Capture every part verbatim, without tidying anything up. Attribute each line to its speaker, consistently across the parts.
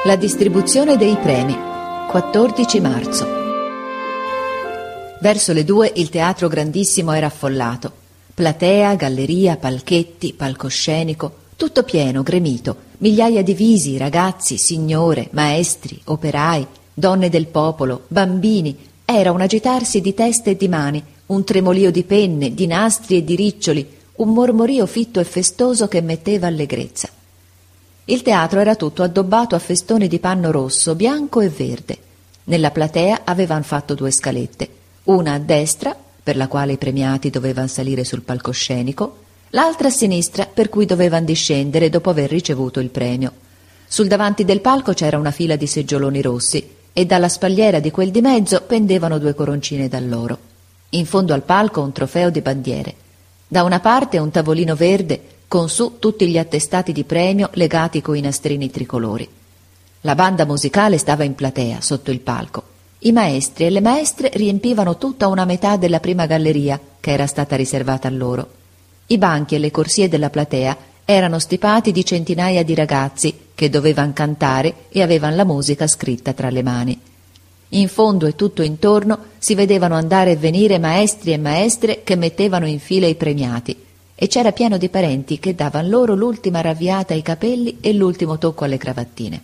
Speaker 1: La distribuzione dei premi. quattordici marzo. Verso le due il teatro grandissimo era affollato. Platea, galleria, palchetti, palcoscenico, tutto pieno, gremito, migliaia di visi, ragazzi, signore, maestri, operai, donne del popolo, bambini. Era un agitarsi di teste e di mani, un tremolio di penne, di nastri e di riccioli, un mormorio fitto e festoso che metteva allegrezza. Il teatro era tutto addobbato a festoni di panno rosso, bianco e verde. Nella platea avevan fatto due scalette, una a destra, per la quale i premiati dovevan salire sul palcoscenico, l'altra a sinistra, per cui dovevan discendere dopo aver ricevuto il premio. Sul davanti del palco c'era una fila di seggioloni rossi e dalla spalliera di quel di mezzo pendevano due coroncine d'alloro. In fondo al palco un trofeo di bandiere. Da una parte un tavolino verde con su tutti gli attestati di premio legati coi nastrini tricolori. La banda musicale stava in platea, sotto il palco. I maestri e le maestre riempivano tutta una metà della prima galleria, che era stata riservata a loro. I banchi e le corsie della platea erano stipati di centinaia di ragazzi che dovevan cantare e avevan la musica scritta tra le mani. In fondo e tutto intorno si vedevano andare e venire maestri e maestre che mettevano in fila i premiati, e c'era pieno di parenti che davan loro l'ultima ravviata ai capelli e l'ultimo tocco alle cravattine.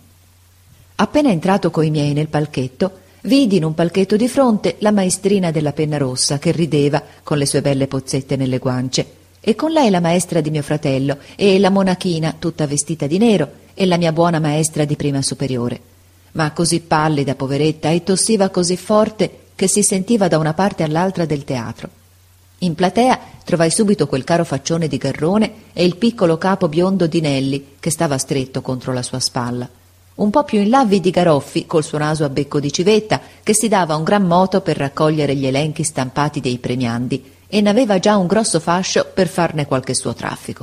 Speaker 1: Appena entrato coi miei nel palchetto, vidi in un palchetto di fronte la maestrina della penna rossa che rideva con le sue belle pozzette nelle guance, e con lei la maestra di mio fratello e la monachina tutta vestita di nero e la mia buona maestra di prima superiore, ma così pallida, poveretta, e tossiva così forte che si sentiva da una parte all'altra del teatro. In platea trovai subito quel caro faccione di Garrone e il piccolo capo biondo di Nelli che stava stretto contro la sua spalla. Un po' più in là vidi Garoffi col suo naso a becco di civetta che si dava un gran moto per raccogliere gli elenchi stampati dei premiandi e n'aveva già un grosso fascio per farne qualche suo traffico.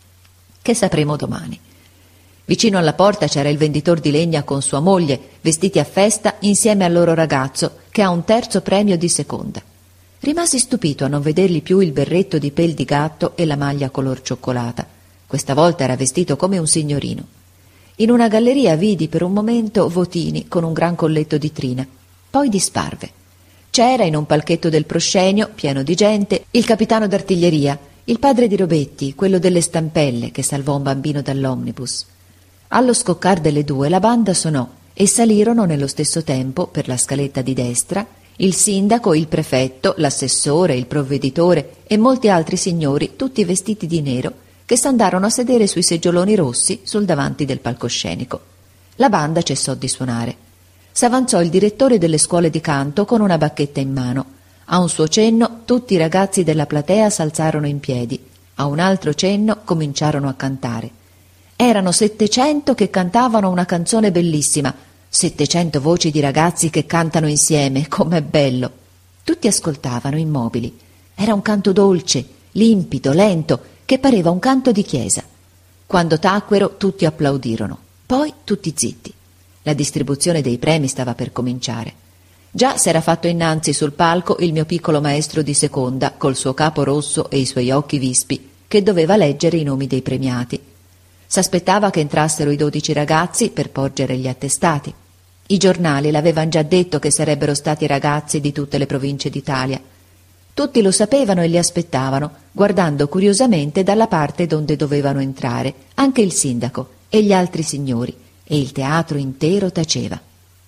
Speaker 1: Che sapremo domani. Vicino alla porta c'era il venditor di legna con sua moglie, vestiti a festa insieme al loro ragazzo che ha un terzo premio di seconda. Rimasi stupito a non vedergli più il berretto di pel di gatto e la maglia color cioccolata. Questa volta era vestito come un signorino. In una galleria vidi per un momento Votini con un gran colletto di trina. Poi disparve. C'era in un palchetto del proscenio, pieno di gente, il capitano d'artiglieria, il padre di Robetti, quello delle stampelle che salvò un bambino dall'omnibus. Allo scoccar delle due la banda suonò e salirono nello stesso tempo per la scaletta di destra il sindaco, il prefetto, l'assessore, il provveditore e molti altri signori, tutti vestiti di nero, che s'andarono a sedere sui seggioloni rossi sul davanti del palcoscenico. La banda cessò di suonare. S'avanzò il direttore delle scuole di canto con una bacchetta in mano. A un suo cenno tutti i ragazzi della platea s'alzarono in piedi. A un altro cenno cominciarono a cantare. Erano settecento che cantavano una canzone bellissima. Settecento voci di ragazzi che cantano insieme, com'è bello! Tutti ascoltavano immobili. Era un canto dolce, limpido, lento, che pareva un canto di chiesa. Quando tacquero tutti applaudirono, poi tutti zitti. La distribuzione dei premi stava per cominciare. Già s'era fatto innanzi sul palco il mio piccolo maestro di seconda, col suo capo rosso e i suoi occhi vispi, che doveva leggere i nomi dei premiati. S'aspettava che entrassero i dodici ragazzi per porgere gli attestati. I giornali l'avevano già detto che sarebbero stati ragazzi di tutte le province d'Italia. Tutti lo sapevano e li aspettavano, guardando curiosamente dalla parte donde dovevano entrare, anche il sindaco e gli altri signori, e il teatro intero taceva.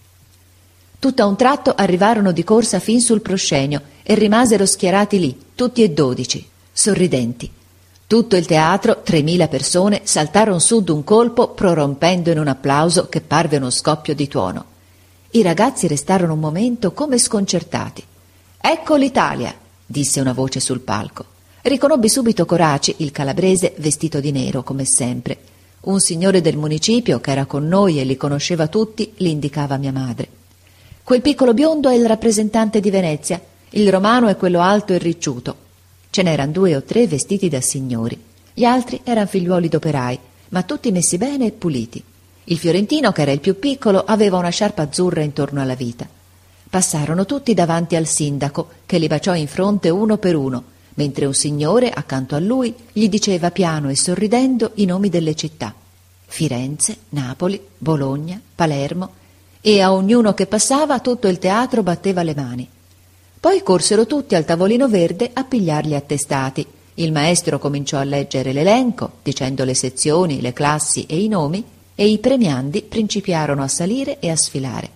Speaker 1: Tutto a un tratto arrivarono di corsa fin sul proscenio e rimasero schierati lì, tutti e dodici, sorridenti. Tutto il teatro, tremila persone, saltarono su d'un colpo, prorompendo in un applauso che parve uno scoppio di tuono. I ragazzi restarono un momento come sconcertati. «Ecco l'Italia!» disse una voce sul palco. Riconobbi subito Coraci, il calabrese, vestito di nero, come sempre. Un signore del municipio, che era con noi e li conosceva tutti, li indicava mia madre. Quel piccolo biondo è il rappresentante di Venezia, il romano è quello alto e ricciuto. Ce n'eran due o tre vestiti da signori. Gli altri eran figliuoli d'operai, ma tutti messi bene e puliti. Il fiorentino, che era il più piccolo, aveva una sciarpa azzurra intorno alla vita. Passarono tutti davanti al sindaco, che li baciò in fronte uno per uno, mentre un signore, accanto a lui, gli diceva piano e sorridendo i nomi delle città. Firenze, Napoli, Bologna, Palermo, e a ognuno che passava tutto il teatro batteva le mani. Poi corsero tutti al tavolino verde a pigliar gli attestati. Il maestro cominciò a leggere l'elenco, dicendo le sezioni, le classi e i nomi, e i premiandi principiarono a salire e a sfilare.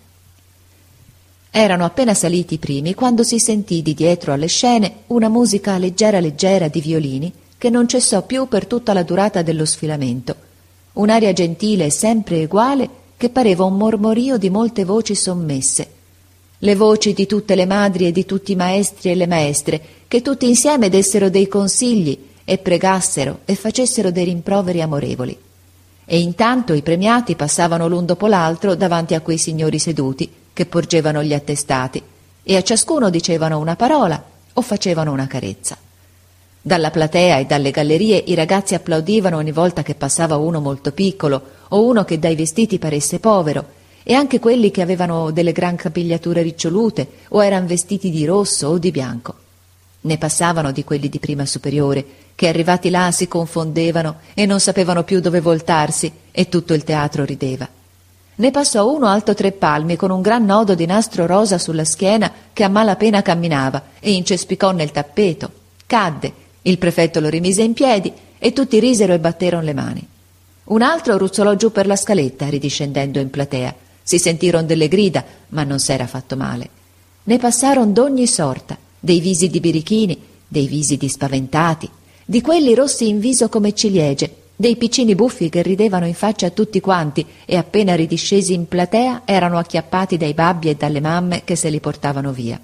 Speaker 1: Erano appena saliti i primi quando si sentì di dietro alle scene una musica leggera leggera di violini che non cessò più per tutta la durata dello sfilamento, un'aria gentile e sempre uguale che pareva un mormorio di molte voci sommesse, le voci di tutte le madri e di tutti i maestri e le maestre, che tutti insieme dessero dei consigli e pregassero e facessero dei rimproveri amorevoli. E intanto i premiati passavano l'un dopo l'altro davanti a quei signori seduti che porgevano gli attestati e a ciascuno dicevano una parola o facevano una carezza. Dalla platea e dalle gallerie i ragazzi applaudivano ogni volta che passava uno molto piccolo o uno che dai vestiti paresse povero, e anche quelli che avevano delle gran capigliature ricciolute o eran vestiti di rosso o di bianco. Ne passavano di quelli di prima superiore, che arrivati là si confondevano e non sapevano più dove voltarsi, e tutto il teatro rideva. Ne passò uno alto tre palmi con un gran nodo di nastro rosa sulla schiena che a malapena camminava e incespicò nel tappeto. Cadde, il prefetto lo rimise in piedi e tutti risero e batteron le mani. Un altro ruzzolò giù per la scaletta ridiscendendo in platea. Si sentiron delle grida, ma non s'era fatto male. Ne passaron d'ogni sorta, dei visi di birichini, dei visi di spaventati, di quelli rossi in viso come ciliegie, dei piccini buffi che ridevano in faccia a tutti quanti e appena ridiscesi in platea erano acchiappati dai babbi e dalle mamme che se li portavano via.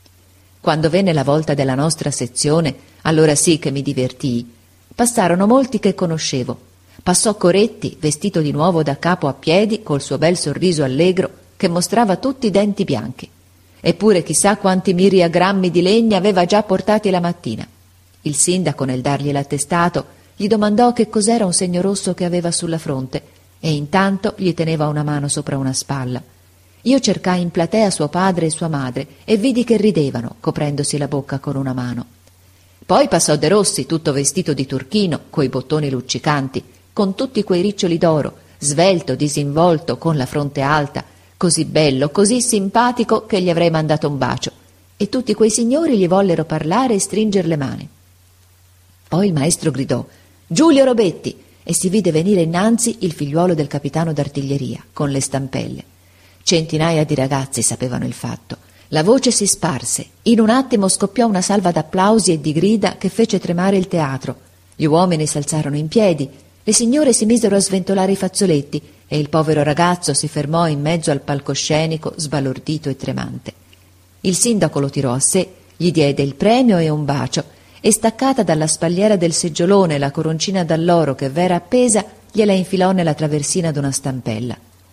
Speaker 1: Quando venne la volta della nostra sezione, allora sì che mi divertii. Passarono molti che conoscevo. Passò Coretti, vestito di nuovo da capo a piedi, col suo bel sorriso allegro, che mostrava tutti i denti bianchi. Eppure chissà quanti miriagrammi di legna aveva già portati la mattina. Il sindaco, nel dargli l'attestato, gli domandò che cos'era un segno rosso che aveva sulla fronte, e intanto gli teneva una mano sopra una spalla. Io cercai in platea suo padre e sua madre, e vidi che ridevano, coprendosi la bocca con una mano. Poi passò De Rossi, tutto vestito di turchino, coi bottoni luccicanti, con tutti quei riccioli d'oro, svelto, disinvolto, con la fronte alta, così bello, così simpatico che gli avrei mandato un bacio, e tutti quei signori gli vollero parlare e stringer le mani. Poi il maestro gridò «Giulio Robetti!» e si vide venire innanzi il figliuolo del capitano d'artiglieria, con le stampelle. Centinaia di ragazzi sapevano il fatto. La voce si sparse, in un attimo scoppiò una salva d'applausi e di grida che fece tremare il teatro. Gli uomini s'alzarono in piedi, le signore si misero a sventolare i fazzoletti e il povero ragazzo si fermò in mezzo al palcoscenico sbalordito e tremante. Il sindaco lo tirò a sé, gli diede il premio e un bacio, e staccata dalla spalliera del seggiolone la coroncina d'alloro che v'era appesa, gliela infilò nella traversina d'una stampella.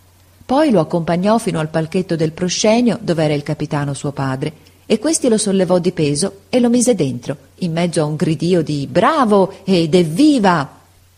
Speaker 1: Poi lo accompagnò fino al palchetto del proscenio dove era il capitano suo padre, e questi lo sollevò di peso e lo mise dentro, in mezzo a un gridio di «Bravo!» ed «Evviva!».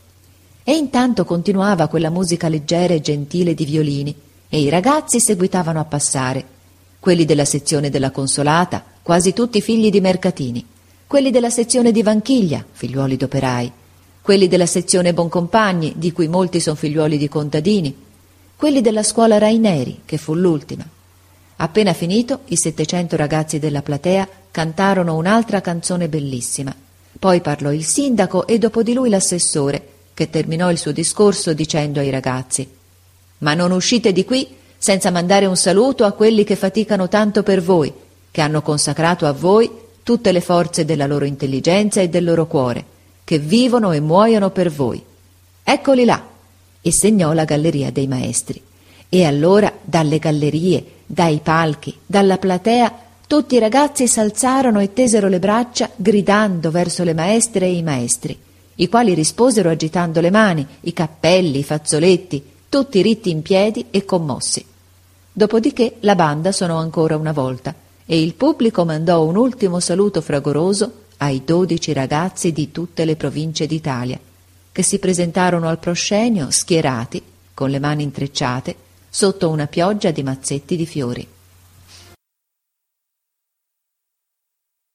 Speaker 1: E intanto continuava quella musica leggera e gentile di violini, e i ragazzi seguitavano a passare, quelli della sezione della Consolata, quasi tutti figli di mercatini, quelli della sezione di Vanchiglia, figliuoli d'operai, quelli della sezione Boncompagni, di cui molti son figliuoli di contadini, quelli della scuola Raineri, che fu l'ultima. Appena finito, i settecento ragazzi della platea cantarono un'altra canzone bellissima. Poi parlò il sindaco e dopo di lui l'assessore, che terminò il suo discorso dicendo ai ragazzi «Ma non uscite di qui senza mandare un saluto a quelli che faticano tanto per voi, che hanno consacrato a voi tutte le forze della loro intelligenza e del loro cuore, che vivono e muoiono per voi. Eccoli là!» E segnò la galleria dei maestri. E allora dalle gallerie, dai palchi, dalla platea, tutti i ragazzi s'alzarono e tesero le braccia gridando verso le maestre e i maestri, i quali risposero agitando le mani, i cappelli, i fazzoletti, tutti ritti in piedi e commossi. Dopodiché la banda suonò ancora una volta e il pubblico mandò un ultimo saluto fragoroso ai dodici ragazzi di tutte le province d'Italia, che si presentarono al proscenio schierati, con le mani intrecciate, sotto una pioggia di mazzetti di fiori.